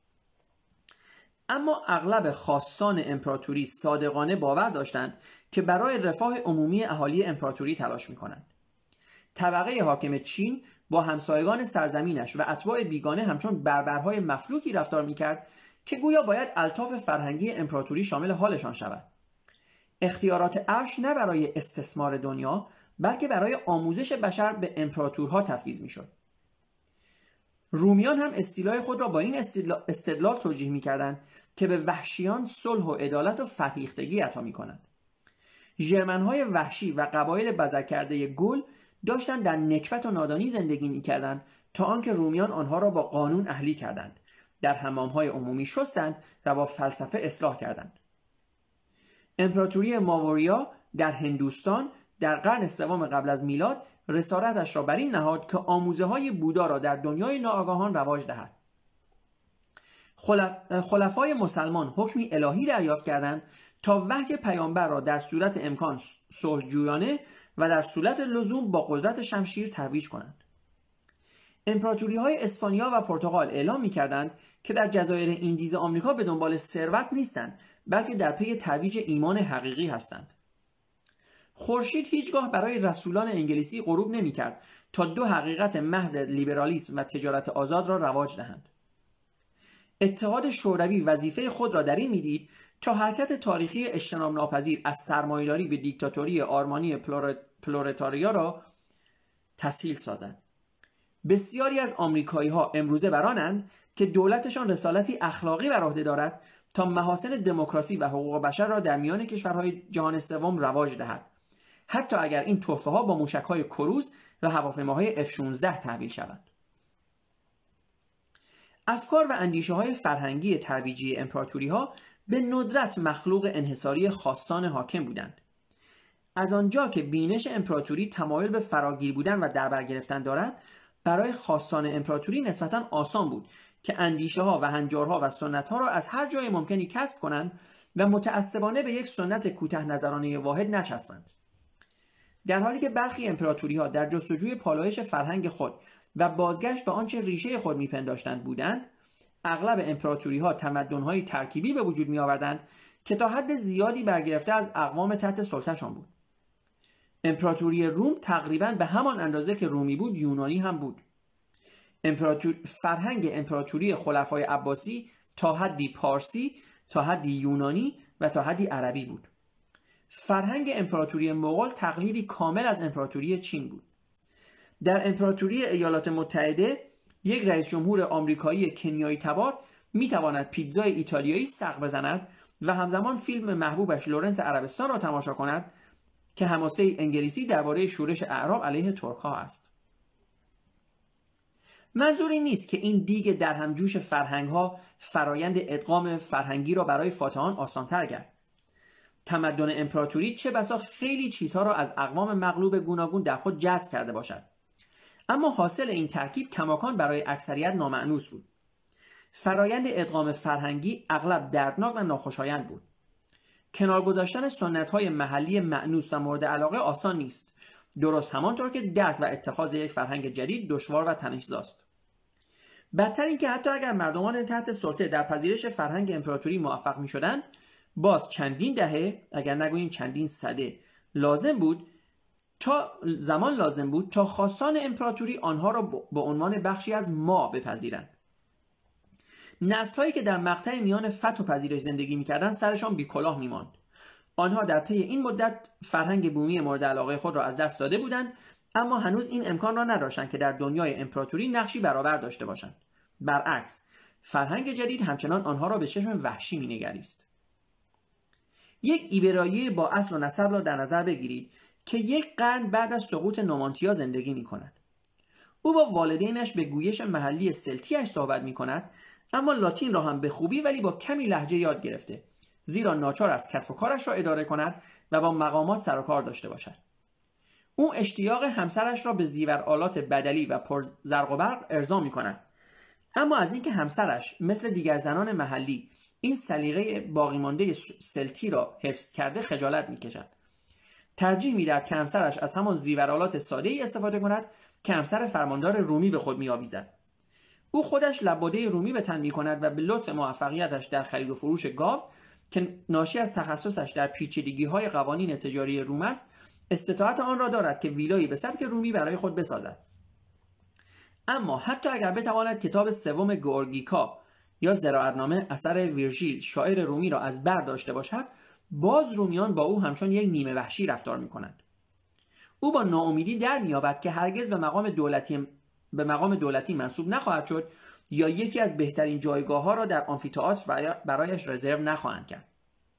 اما اغلب خاصان امپراتوری صادقانه باور داشتند که برای رفاه عمومی اهالی امپراتوری تلاش می‌کنند. طبقه حاکم چین با همسایگان سرزمینش و اتباع بیگانه همچون بربرهای مفلوکی رفتار می‌کرد که گویا باید الطاف فرهنگی امپراتوری شامل حالشان شود. اختیارات عرش نه برای استثمار دنیا بلکه برای آموزش بشر به امپراتورها تفویض می‌شد. رومیان هم استیلای خود را با این استدلال توجیه می‌کردند که به وحشیان صلح و عدالت و فرهیختگی عطا می‌کنند. ژرمن‌های وحشی و قبایل بزک کرده گل داشتند در نکبت و نادانی زندگی می‌کردند تا آنکه رومیان آنها را با قانون اهلی کردند، در حمام‌های عمومی شستند و با فلسفه اصلاح کردند. امپراتوری ماوریا در هندوستان در قرن سوم قبل از میلاد رسالتش را بر این نهاد که آموزه‌های بودا را در دنیای ناآگاهان رواج دهد. خلفای مسلمان حکمی الهی دریافت کردند تا وحی پیامبر را در صورت امکان صلح‌جویانه و در صورت لزوم با قدرت شمشیر ترویج کنند. امپراتوری‌های اسپانیا و پرتغال اعلام می‌کردند که در جزایر ایندیز آمریکا به دنبال ثروت نیستند بلکه در پی ترویج ایمان حقیقی هستند. خورشید هیچگاه برای رسولان انگلیسی غروب نمی‌کرد تا دو حقیقت محض لیبرالیسم و تجارت آزاد را رواج دهند. اتحاد شوروی وظیفه خود را در این می‌دید تا حرکت تاریخی اجتناب ناپذیر از سرمایه‌داری به دیکتاتوری آرمانی پرولتاریا را تسهیل سازد. بسیاری از آمریکایی‌ها امروزه برانند که دولتشان رسالتی اخلاقی بر عهده دارد تا محاسن دموکراسی و حقوق بشر را در میان کشورهای جهان سوم رواج دهد، حتی اگر این تحفه‌ها با موشک‌های کروز و هواپیماهای اف شانزده تحویل شوند. افکار و اندیشه‌های فرهنگی ترویجی امپراتوری‌ها به ندرت مخلوق انحصاری خاصان حاکم بودند. از آنجا که بینش امپراتوری تمایل به فراگیر بودن و دربر گرفتن دارد، برای خاصان امپراتوری نسبتاً آسان بود که اندیشه‌ها و هنجارها و سنت‌ها را از هر جای ممکنی کسب کنند و متعصبانه به یک سنت کوتاه نظرانه واحد نچسبند. در حالی که برخی امپراتوری‌ها در جستجوی پالایش فرهنگ خود و بازگشت به آنچه ریشه خود می‌پنداشتند بودند، اغلب امپراتوری‌ها تمدن‌های ترکیبی به وجود می‌آوردند که تا حد زیادی برگرفته از اقوام تحت سلطه‌شان بود. امپراتوری روم تقریباً به همان اندازه که رومی بود یونانی هم بود. امپراتور... فرهنگ امپراتوری خلفای عباسی تا حدی پارسی، تا حدی یونانی و تا حدی عربی بود. فرهنگ امپراتوری مغول تقلیدی کامل از امپراتوری چین بود. در امپراتوری ایالات متحده یک رئیس جمهور آمریکایی کنیایی تبار میتواند پیتزای ایتالیایی سق بزند و همزمان فیلم محبوبش لورنس عربستان را تماشا کند که حماسه انگلیسی درباره شورش اعراب علیه ترک‌ها است. منظور این نیست که این دیگ در همجوش فرهنگ‌ها فرایند ادغام فرهنگی را برای فاتحان آسان‌تر کرد. تمدن امپراتوری چه بسا خیلی چیزها را از اقوام مغلوب گوناگون در خود جذب کرده باشد، اما حاصل این ترکیب کماکان برای اکثریت نامأنوس بود. فرایند ادغام فرهنگی اغلب دردناک و ناخوشایند بود. کنار گذاشتن سنت‌های محلی مأنوس و مورد علاقه آسان نیست، درست همانطور که درک و اتخاذ یک فرهنگ جدید دشوار و تنش‌زاست. بدتر این که حتی اگر مردمان تحت سلطه در پذیرش فرهنگ امپراتوری موفق می‌شدند، باز چندین دهه، اگر نگوییم چندین سده، لازم بود تا زمان لازم بود تا خواستان امپراتوری آنها را به عنوان بخشی از ما بپذیرند. نسل‌هایی که در مقطع میان فتح و پذیرش زندگی می‌کردند سرشان بی‌کلاه می‌ماند. آنها در طی این مدت فرهنگ بومی مورد علاقه خود را از دست داده بودند، اما هنوز این امکان را نداشتند که در دنیای امپراتوری نقشی برابر داشته باشند. برعکس، فرهنگ جدید همچنان آنها را به چشم وحشی می‌نگریست. یک ایبرایی با اصل و نسب را در نظر بگیرید که یک قرن بعد از سقوط نومانتیا زندگی می‌کند. او با والدینش به گویش محلی سلتیش صحبت می‌کند، اما لاتین را هم به خوبی ولی با کمی لهجه یاد گرفته، زیرا ناچار است کسب و کارش را اداره کند و با مقامات سر و کار داشته باشد. او اشتیاق همسرش را به زیورآلات بدلی و پر زرق و برق ارضا می‌کند، اما از اینکه همسرش مثل دیگر زنان محلی این سلیقه باقی مانده سلتی را حفظ کرده خجالت می‌کشد. ترجیح می‌دهد که همسرش از همان زیورآلات ساده‌ای استفاده کند که همسر فرماندار رومی به خود می‌آویزد. او خودش لباده رومی به تن می‌کند و به لطف موفقیتش در خرید و فروش گاو که ناشی از تخصصش در پیچیدگی‌های قوانین تجاری روم است، استطاعت آن را دارد که ویلایی به سبک رومی برای خود بسازد. اما حتی اگر بتواند کتاب سوم گورگیکا یا زراعتنامه اثر ویرژیل شاعر رومی را از بر داشته باشد، باز رومیان با او همچون یک نیمه وحشی رفتار می‌کنند. او با ناامیدی در می‌یابد که هرگز به مقام دولتی به مقام دولتی منصوب نخواهد شد یا یکی از بهترین جایگاه‌ها را در آمفی‌تئاتر برایش رزرو نخواهند کرد.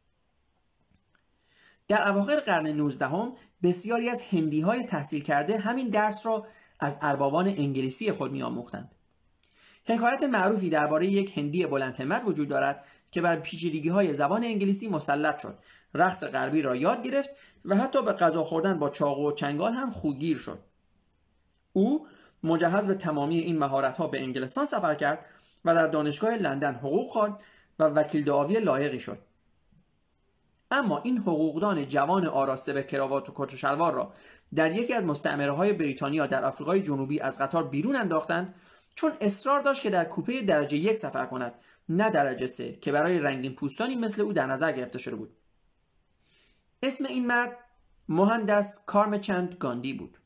در اواخر قرن نوزدهم بسیاری از هندی‌های تحصیل کرده همین درس را از اربابان انگلیسی خود می‌آموختند. حکایت معروفی درباره یک هندی بلند همت وجود دارد که بر پیچیدگی‌های زبان انگلیسی مسلط شد، رقص غربی را یاد گرفت و حتی به غذا خوردن با چاقو و چنگال هم خوگیر شد. او مجهز به تمامی این مهارت‌ها به انگلستان سفر کرد و در دانشگاه لندن حقوق خواند و وکیل دعاوی لایقی شد. اما این حقوقدان جوان آراسته به کراوات و کت و شلوار را در یکی از مستعمره‌های بریتانیا در آفریقای جنوبی از قطار بیرون انداختند، چون اصرار داشت که در کوپه درجه یک سفر کند، نه درجه سه که برای رنگین پوستانی مثل او در نظر گرفته شده بود. اسم این مرد مهندس کارمچند گاندی بود.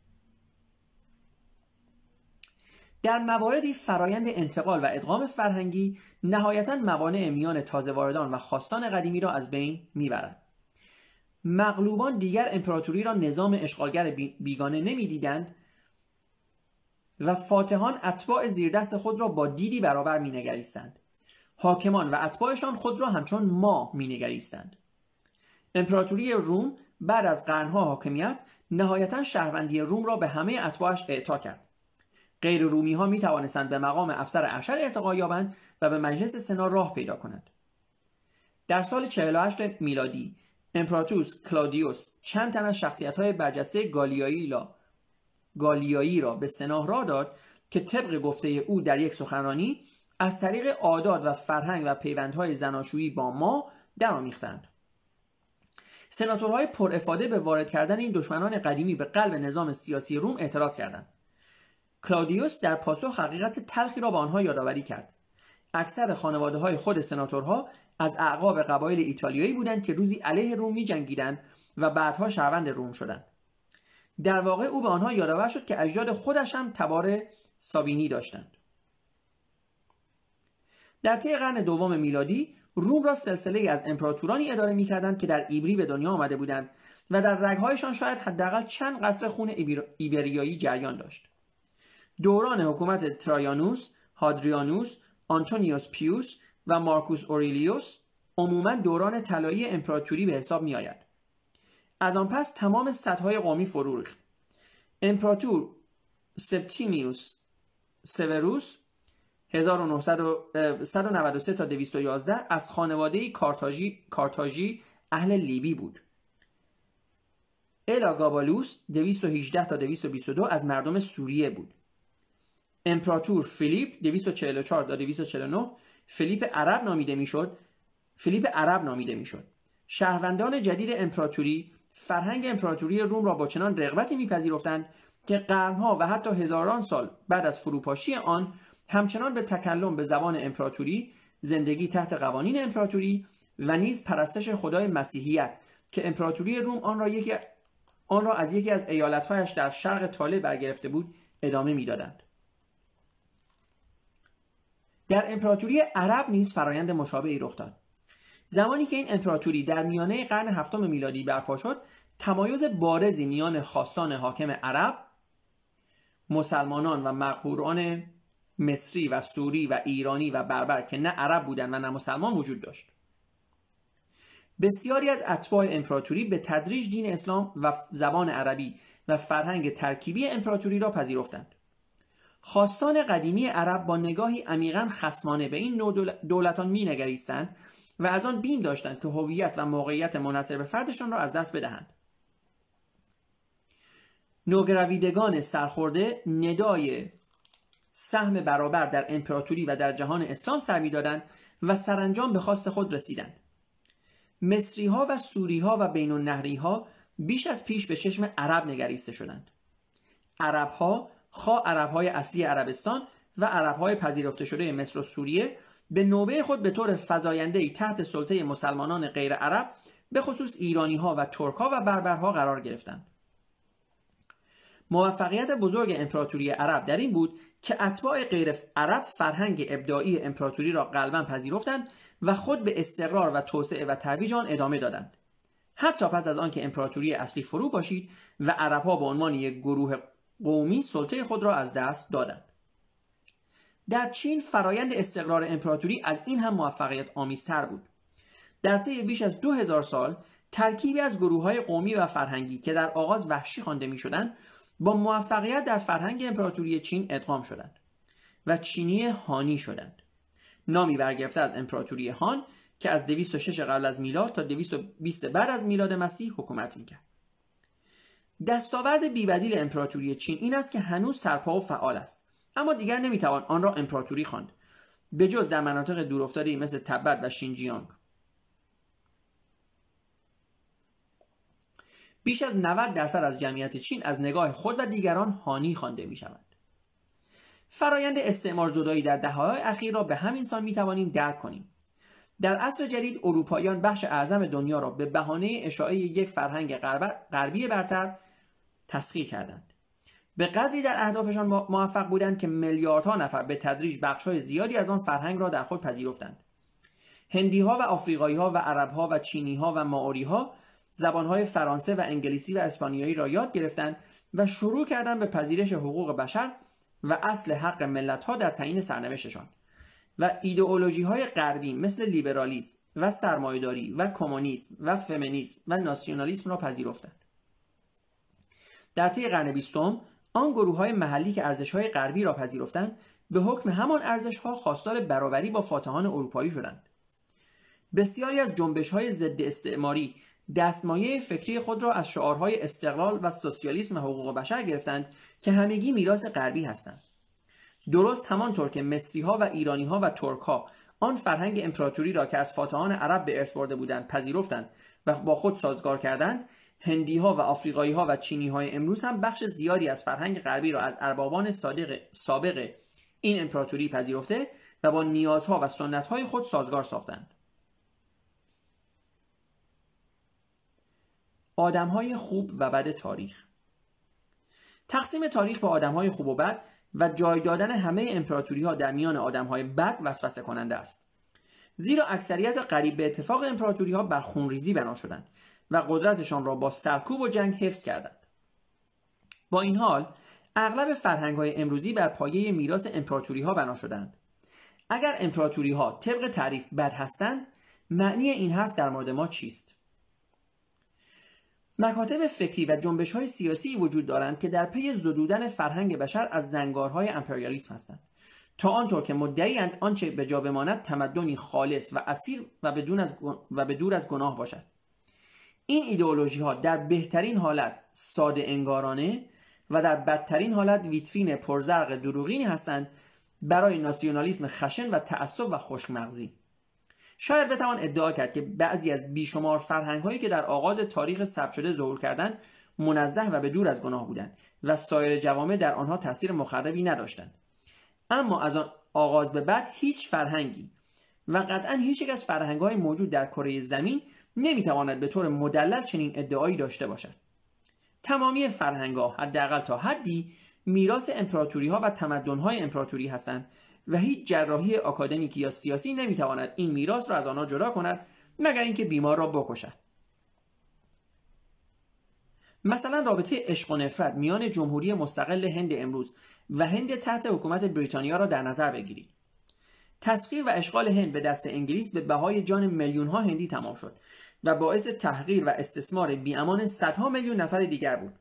در مواردی فرایند انتقال و ادغام فرهنگی نهایتاً موانع میان تازه واردان و خواستان قدیمی را از بین میبرد. مغلوبان دیگر امپراتوری را نظام اشغالگر بیگانه نمیدیدند و فاتحان اتباع زیردست خود را با دیدی برابر مینگریستند. حاکمان و اتباعشان خود را همچون ما مینگریستند. امپراتوری روم بعد از قرنها حاکمیت نهایتاً شهروندی روم را به همه اتباعش اعطا کرد. غیر رومی ها می توانستند به مقام افسر ارشد ارتقا یابند و به مجلس سنا راه پیدا کنند. در سال چهل و هشت میلادی امپراتوس کلادیوس چند تن از شخصیت‌های برجسته گالیایی را گالیایی را به سنا راه داد که طبق گفته او در یک سخنرانی از طریق عادات و فرهنگ و پیوندهای زناشویی با ما درآمیختند. سناتورهای پرافاده به وارد کردن این دشمنان قدیمی به قلب نظام سیاسی روم اعتراض کردند. کلادیوس در پاسخ حقیقت تلخی را به آنها یادآوری کرد. اکثر خانواده‌های خود سناتورها از اعقاب قبایل ایتالیایی بودند که روزی علیه روم می‌جنگیدند و بعدها شهروند روم شدند. در واقع او به آنها یادآور شد که اجداد خودش هم تبار سابینی داشتند. در طی قرن دوم میلادی روم را سلسله‌ای از امپراتورانی اداره می‌کردند که در ایبری به دنیا آمده بودند و در رگ‌هایشان شاید حداقل چند قطره خون ایبریایی جریان داشت. دوران حکومت ترایانوس، هادریانوس، آنتونیوس پیوس و مارکوس اورلیوس عموماً دوران طلایی امپراتوری به حساب می آید. از آن پس تمام سطح‌های قومی فرو ریخت. امپراتور سپتیمیوس سوروس هزار و نهصد و نود و سه تا دویست و یازده از خانواده کارتاژی کارتاژی اهل لیبی بود. الاگابالوس دویست و هجده تا دویست و بیست و دو از مردم سوریه بود. امپراتور فیلیپ دویست و چهل و چهار تا دویست و چهل و نه فیلیپ عرب نامیده میشد. فیلیپ عرب نامیده میشد. شهروندان جدید امپراتوری فرهنگ امپراتوری روم را با چنان رغبتی میپذیرفتند که قرنها و حتی هزاران سال بعد از فروپاشی آن همچنان به تکلم به زبان امپراتوری، زندگی تحت قوانین امپراتوری و نیز پرستش خدای مسیحیت که امپراتوری روم آن را یکی آن را از یکی از ایالت‌هایش در شرق طالع برگرفته بود ادامه می‌دادند. در امپراتوری عرب نیز فرایند مشابهی رخ داد. زمانی که این امپراتوری در میانه قرن هفتم میلادی برپا شد، تمایز بارزی میان خاصان حاکم عرب، مسلمانان و مقهوران مصری و سوری و ایرانی و بربر که نه عرب بودند و نه مسلمان وجود داشت. بسیاری از اتباع امپراتوری به تدریج دین اسلام و زبان عربی و فرهنگ ترکیبی امپراتوری را پذیرفتند. خاصان قدیمی عرب با نگاهی عمیقاً خصمانه به این نوع دولتان می‌نگریستند و از آن بیم داشتند که هویت و موقعیت منحصر به فردشان را از دست بدهند. نوگرویدگان سرخورده ندای سهم برابر در امپراتوری و در جهان اسلام سر می‌دادند و سرانجام به خواست خود رسیدند. مصری‌ها و سوری‌ها و بین‌النهری‌ها بیش از پیش به چشم عرب نگریسته شدند. عرب‌ها، خواه عرب‌های اصلی عربستان و عرب‌های پذیرفته شده مصر و سوریه، به نوبه خود به طور فزاینده‌ای تحت سلطه مسلمانان غیر عرب، به خصوص ایرانی‌ها و ترک‌ها و بربرها قرار گرفتند. موفقیت بزرگ امپراتوری عرب در این بود که اتباع غیر عرب فرهنگ ابداعی امپراتوری را قلباً پذیرفتند و خود به استقرار و توسعه و ترویج آن ادامه دادند. حتی پس از آن که امپراتوری اصلی فرو پاشید و عرب‌ها به عنوان یک گروه قومی سلطه خود را از دست دادند. در چین فرایند استقرار امپراتوری از این هم موفقیت آمیزتر بود. در طی بیش از دو هزار سال ترکیبی از گروه‌های قومی و فرهنگی که در آغاز وحشی خوانده می‌شدند، با موفقیت در فرهنگ امپراتوری چین ادغام شدند و چینی هانی شدند. نامی برگرفته از امپراتوری هان که از دویست و شش قبل از میلاد تا دویست و بیست بعد از میلاد مسیح حکومت می‌کرد. دستاورد بی‌بدیل امپراتوری چین این است که هنوز سرپا و فعال است، اما دیگر نمی‌توان آن را امپراتوری خواند، به جز در مناطق دورافتاده‌ای مثل تبت و شینجیانگ. بیش از نود درصد از جمعیت چین از نگاه خود و دیگران هانی خوانده می‌شوند. فرایند استعمارزدایی در دهه‌های اخیر را به همین سان می‌توانیم درک کنیم. در عصر جدید اروپاییان بخش اعظم دنیا را به بهانه اشاعه یک فرهنگ غربی برتر تسخیر کردند. به قدری در اهدافشان موفق بودند که میلیاردها نفر به تدریج بخش‌های زیادی از آن فرهنگ را در خود پذیرفتند. هندی‌ها و آفریقایی‌ها و عرب‌ها و چینی‌ها و مائوری‌ها زبان‌های فرانسه و انگلیسی و اسپانیایی را یاد گرفتند و شروع کردند به پذیرش حقوق بشر و اصل حق ملت‌ها در تعیین سرنوشتشان و ایدئولوژی‌های غربی مثل لیبرالیسم و سرمایه‌داری و کمونیسم و فمینیسم و ناسیونالیسم را پذیرفتند. در طی قرن بیستم آن گروه‌های محلی که ارزش‌های غربی را پذیرفتند به حکم همان ارزش‌ها خواستار برابری با فاتحان اروپایی شدند. بسیاری از جنبش‌های ضد استعماری دستمایه فکری خود را از شعارهای استقلال و سوسیالیسم و حقوق بشر گرفتند که همگی میراث غربی هستند. درست همانطور که مصری‌ها و ایرانی‌ها و ترک‌ها آن فرهنگ امپراتوری را که از فاتحان عرب به ارث برده بودند پذیرفتند و با خود سازگار کردند، هندی‌ها و آفریقایی‌ها و چینی‌های امروز هم بخش زیادی از فرهنگ غربی را از اربابان صادق سابق این امپراتوری پذیرفته و با نیازها و سنت‌های خود سازگار ساختند. آدم‌های خوب و بد تاریخ. تقسیم تاریخ به آدم‌های خوب و بد و جای دادن همه امپراتوری‌ها در میان آدم‌های بد وسوسه کننده است. زیرا اکثریت قریب به اتفاق امپراتوری‌ها بر خونریزی بنا شدند و قدرتشان را با سرکوب و جنگ حفظ کردند. با این حال اغلب فرهنگ‌های امروزی بر پایه میراث امپراتوری‌ها بنا شدند. اگر امپراتوری‌ها طبق تعریف بد هستند، معنی این حرف در مورد ما چیست؟ مکاتب فکری و جنبش‌های سیاسی وجود دارند که در پی زدودن فرهنگ بشر از زنگارهای امپریالیسم هستند، تا آنطور که مدعی‌اند آنچه به جا بماند تمدنی خالص و اصیل و بدون از و بدور از گناه باشد. این ایدئولوژی‌ها در بهترین حالت ساده انگارانه و در بدترین حالت ویترین پرزرق دروغینی هستند برای ناسیونالیسم خشن و تعصب و خشکمغزی. شاید بتوان ادعا کرد که بعضی از بیشمار فرهنگ‌هایی که در آغاز تاریخ ثبت شده ظهور کردند منزه و به دور از گناه بودند و سایر جوامع در آنها تأثیر مخربی نداشتند. اما از آن آغاز به بعد هیچ فرهنگی و قطعاً هیچ یک از فرهنگ‌های موجود در کره زمین نمی‌تواند به طور مدلل چنین ادعایی داشته باشد. تمامی فرهنگ‌ها حداقل تا حدی میراث امپراتوری‌ها و تمدن‌های امپراتوری هستند و هیچ جراحی آکادمیکی یا سیاسی نمی‌تواند این میراث را از آنها جدا کند مگر اینکه بیمار را بکشد. مثلا رابطه عشق و نفرت میان جمهوری مستقل هند امروز و هند تحت حکومت بریتانیا را در نظر بگیرید. تسخیر و اشغال هند به دست انگلیس به بهای جان میلیون‌ها هندی تمام شد و باعث تحقیر و استثمار بی‌امان صدها میلیون نفر دیگر بود.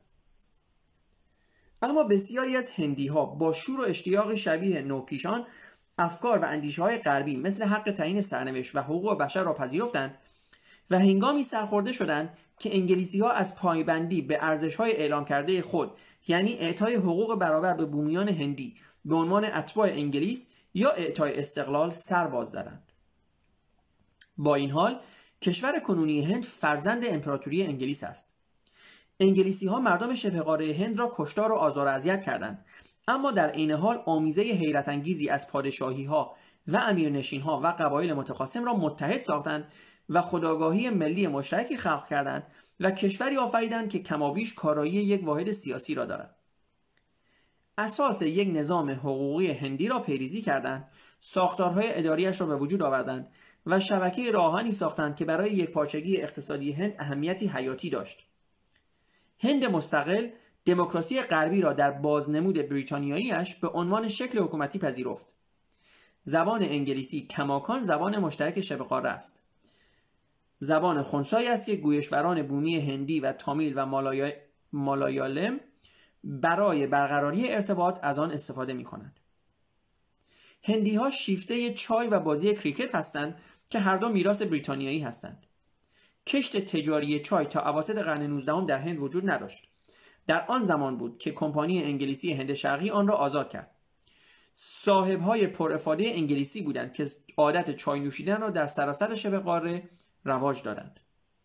اما بسیاری از هندی‌ها با شور و اشتیاق شبیه نوکیشان افکار و اندیشه‌های غربی مثل حق تعیین سرنوشت و حقوق بشر را پذیرفتند و هنگامی سرخورده شدند که انگلیسی‌ها از پایبندی به ارزش‌های اعلام کرده خود، یعنی اعطای حقوق برابر به بومیان هندی به عنوان اتباع انگلیس یا اعطای استقلال، سر باز زدند. با این حال کشور کنونی هند فرزند امپراتوری انگلیس است. انگلیسی‌ها مردم شبه قاره هند را کشتار و آزار و اذیت کردند، اما در عین حال آمیزه حیرت انگیزی از پادشاهی‌ها و امیرنشین‌ها و قبایل متخاصم را متحد ساختند و خودآگاهی ملی مشترکی خلق کردند و کشوری آفریدند که کمابیش کارایی یک واحد سیاسی را دارد. اساس یک نظام حقوقی هندی را پیریزی کردند، ساختارهای اداریش را به وجود آوردند و شبکه راه‌آهنی ساختند که برای یکپارچگی اقتصادی هند اهمیتی حیاتی داشت. هند مستقل دموکراسی غربی را در بازنمود بریتانیایی‌اش به عنوان شکل حکومتی پذیرفت. زبان انگلیسی کماکان زبان مشترک شبه قاره است. زبان خنثایی است که گویشوران بومی هندی و تامیل و مالایا... مالایالم برای برقراری ارتباط از آن استفاده می‌کنند. هندی‌ها شیفته چای و بازی کریکت هستند که هر دو میراث بریتانیایی هستند. کشت تجاری چای تا اواسط قرن نوزدهم در هند وجود نداشت. در آن زمان بود که کمپانی انگلیسی هند شرقی آن را آزاد کرد. صاحب‌های پرافاده انگلیسی بودند که عادت چای نوشیدن را در سراسر شبه قاره رواج دادند.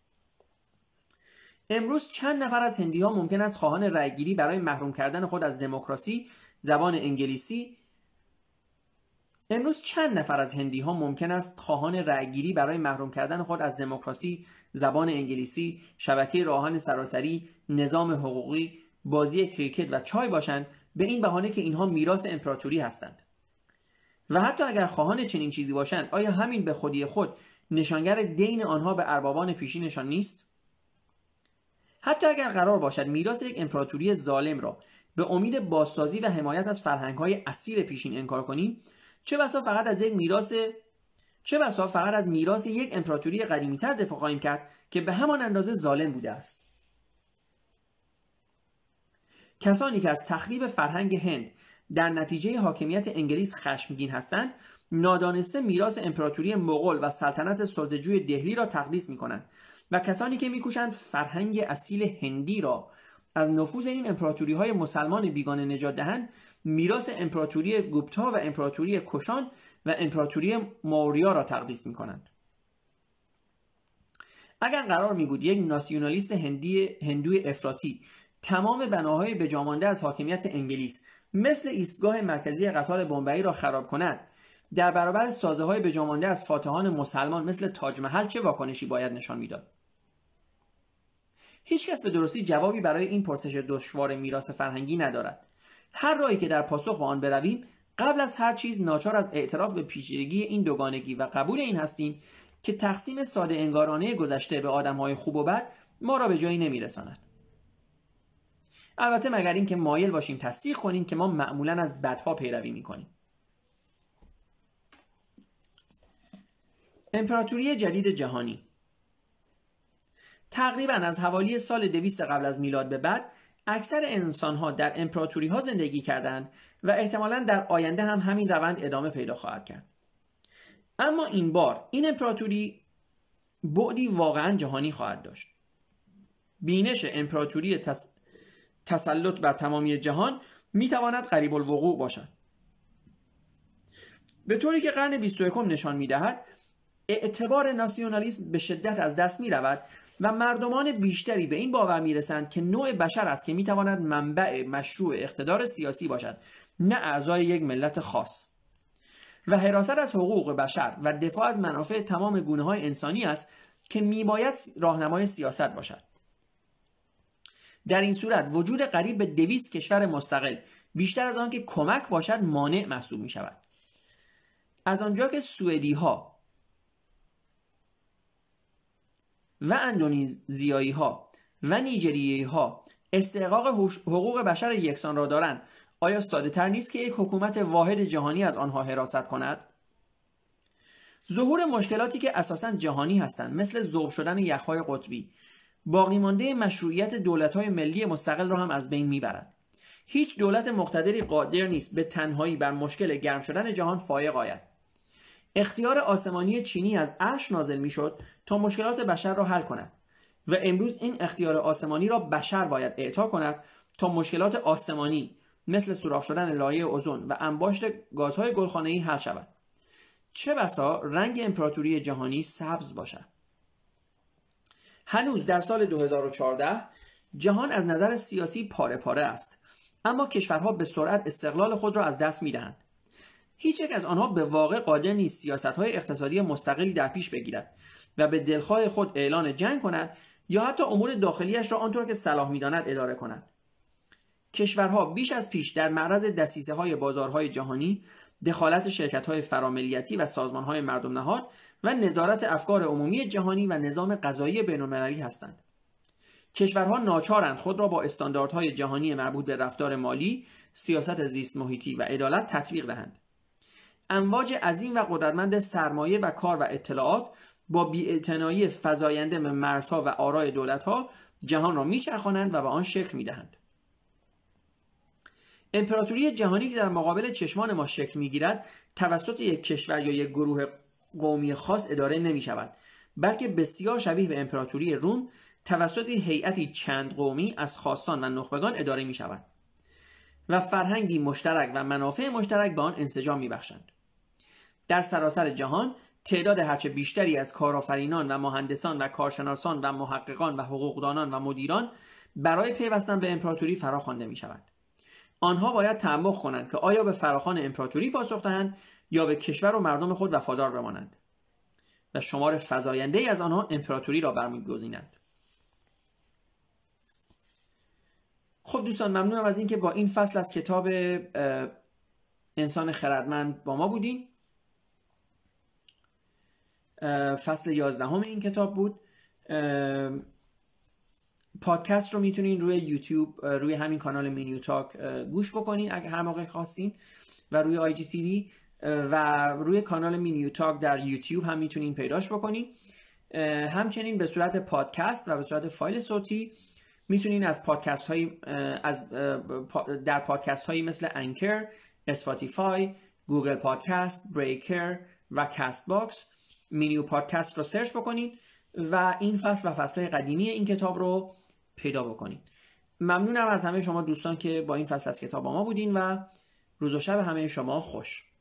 امروز چند نفر از هندی‌ها ممکن است خواهان رأی‌گیری برای محروم کردن خود از دموکراسی زبان انگلیسی امروز چند نفر از هندی‌ها ممکن است خواهان رأی‌گیری برای محروم کردن خود از دموکراسی زبان انگلیسی، شبکه راه‌آهن سراسری، نظام حقوقی، بازی کریکت و چای باشند، به این بهانه که اینها میراث امپراتوری هستند. و حتی اگر خواهان چنین چیزی باشند، آیا همین به خودی خود نشانگر دین آنها به اربابان پیشینشان نیست؟ حتی اگر قرار باشد میراث یک امپراتوری ظالم را به امید بازسازی و حمایت از فرهنگ‌های اصیل پیشین انکار کنیم، چه بسا فقط از یک میراث چه بسا فقط از میراث یک امپراتوری قدیمی‌تر دفاع خواهیم کرد که به همان اندازه ظالم بوده است. کسانی که از تخریب فرهنگ هند در نتیجه حاکمیت انگلیس خشمگین هستند، نادانسته میراث امپراتوری مغول و سلطنت سلطه‌جوی دهلی را تقدیس می‌کنند و کسانی که می‌کوشند فرهنگ اصیل هندی را از نفوذ این امپراتوری‌های مسلمان بیگانه نجات دهند، میراث امپراتوری گوپتا و امپراتوری کوشان و امپراتوری موریا را تقدیس می‌کنند. اگر قرار می‌بود یک ناسیونالیست هندی هندوی افراطی تمام بناهای بجامانده از حاکمیت انگلیس مثل ایستگاه مرکزی قطار بمبئی را خراب کند، در برابر سازه‌های بجامانده از فاتحان مسلمان مثل تاج محل چه واکنشی باید نشان می‌داد؟ هیچ کس به درستی جوابی برای این پرسش دشوار میراث فرهنگی ندارد. هر راهی که در پاسخ به آن برویم، قبل از هر چیز ناچار از اعتراف به پیچیدگی این دوگانگی و قبول این هستیم که تقسیم ساده انگارانه گذشته به آدم‌های خوب و بد ما را به جایی نمی‌رساند. البته مگر اینکه مایل باشیم تصدیق کنیم که ما معمولاً از بدها پیروی می‌کنیم. امپراتوری جدید جهانی. تقریبا از حوالی سال دویست قبل از میلاد به بعد اکثر انسان‌ها در امپراتوری‌ها زندگی کردند و احتمالاً در آینده هم همین روند ادامه پیدا خواهد کرد. اما این بار این امپراتوری بعدی واقعاً جهانی خواهد داشت. بینش امپراتوری تس... تسلط بر تمامی جهان میتواند قریب الوقوع باشد. به طوری که قرن بیست و یکم نشان میدهد اعتبار ناسیونالیسم به شدت از دست می رود و مردمان بیشتری به این باور می رسند که نوع بشر است که می تواند منبع مشروع اقتدار سیاسی باشد، نه اعضای یک ملت خاص. و حراست از حقوق بشر و دفاع از منافع تمام گونه‌های انسانی است که می باید راهنمای سیاست باشد. در این صورت وجود قریب به دویست کشور مستقل بیشتر از آن که کمک باشد مانع محسوب می شود. از آنجا که سوئدی ها و اندونزیایی ها و نیجریایی ها استحقاق حقوق بشر یکسان را دارند، آیا ساده تر نیست که یک حکومت واحد جهانی از آنها حراست کند؟ ظهور مشکلاتی که اساساً جهانی هستند، مثل ذوب شدن یخ‌های قطبی، باقی مانده مشروعیت دولت‌های ملی مستقل را هم از بین میبرد. هیچ دولت مقتدری قادر نیست به تنهایی بر مشکل گرم شدن جهان فائق آید. اختیار آسمانی چینی از عرش نازل میشد تا مشکلات بشر را حل کند و امروز این اختیار آسمانی را بشر باید اعطا کند تا مشکلات آسمانی مثل سوراخ شدن لایه اوزون و انباشت گازهای گلخانه‌ای حل شود. چه بسا رنگ امپراتوری جهانی سبز باشد. هنوز در سال دو هزار و چهارده جهان از نظر سیاسی پاره پاره است، اما کشورها به سرعت استقلال خود را از دست می‌دهند. هیچ یک از آنها به واقع قادر نیست سیاست‌های اقتصادی مستقلی در پیش بگیرد و به دلخواه خود اعلان جنگ کند یا حتی امور داخلیش را آنطور که صلاح می‌داند اداره کند. کشورها بیش از پیش در معرض دسیسه‌های بازارهای جهانی، دخالت شرکت‌های فراملیتی و سازمان‌های مردم نهاد و نظارت افکار عمومی جهانی و نظام قضایی بین‌المللی هستند. کشورها ناچارند خود را با استانداردهای جهانی مربوط به رفتار مالی، سیاست زیست محیطی و عدالت تطبیق دهند. امواج عظیم و قدرتمند سرمایه و کار و اطلاعات با بی‌اعتنایی فزاینده به مرزها و آراء دولت‌ها جهان را می‌چرخانند و به آن شکل می‌دهند. امپراتوری جهانی که در مقابل چشمان ما شکل می‌گیرد توسط یک کشور یا یک گروه قومی خاص اداره نمی‌شود، بلکه بسیار شبیه به امپراتوری روم توسط هیئتی چند قومی از خاصان و نخبگان اداره می‌شود و فرهنگی مشترک و منافع مشترک به آن انسجام می‌بخشند. در سراسر جهان تعداد هرچه بیشتری از کارآفرینان و مهندسان و کارشناسان و محققان و حقوقدانان و مدیران برای پیوستن به امپراتوری فراخوانده می‌شوند. آنها باید تعمق کنند که آیا به فراخوان امپراتوری پاسخ دهند یا به کشور و مردم خود وفادار بمانند و شمار فزاینده‌ای از آنها امپراتوری را برمی‌گزینند. خب دوستان، ممنونم از اینکه با این فصل از کتاب انسان خردمند با ما بودین. فصل یازدهم این کتاب بود. پادکست رو میتونین روی یوتیوب روی همین کانال مینیو تاک گوش بکنین اگه هر موقع خواستین و روی آی جی تی وی و روی کانال مینیو تاک در یوتیوب هم میتونین پیداش بکنین. همچنین به صورت پادکست و به صورت فایل صوتی میتونین از پادکست هایی از در پادکست هایی مثل انکر، اسپاتیفای، گوگل پادکست، بریکر و کاست باکس مینیو پادکست رو سرچ بکنید و این فصل و فصلهای قدیمی این کتاب رو پیدا بکنید. ممنونم از همه شما دوستان که با این فصل از کتاب با ما بودین و روز و شب همه شما خوش.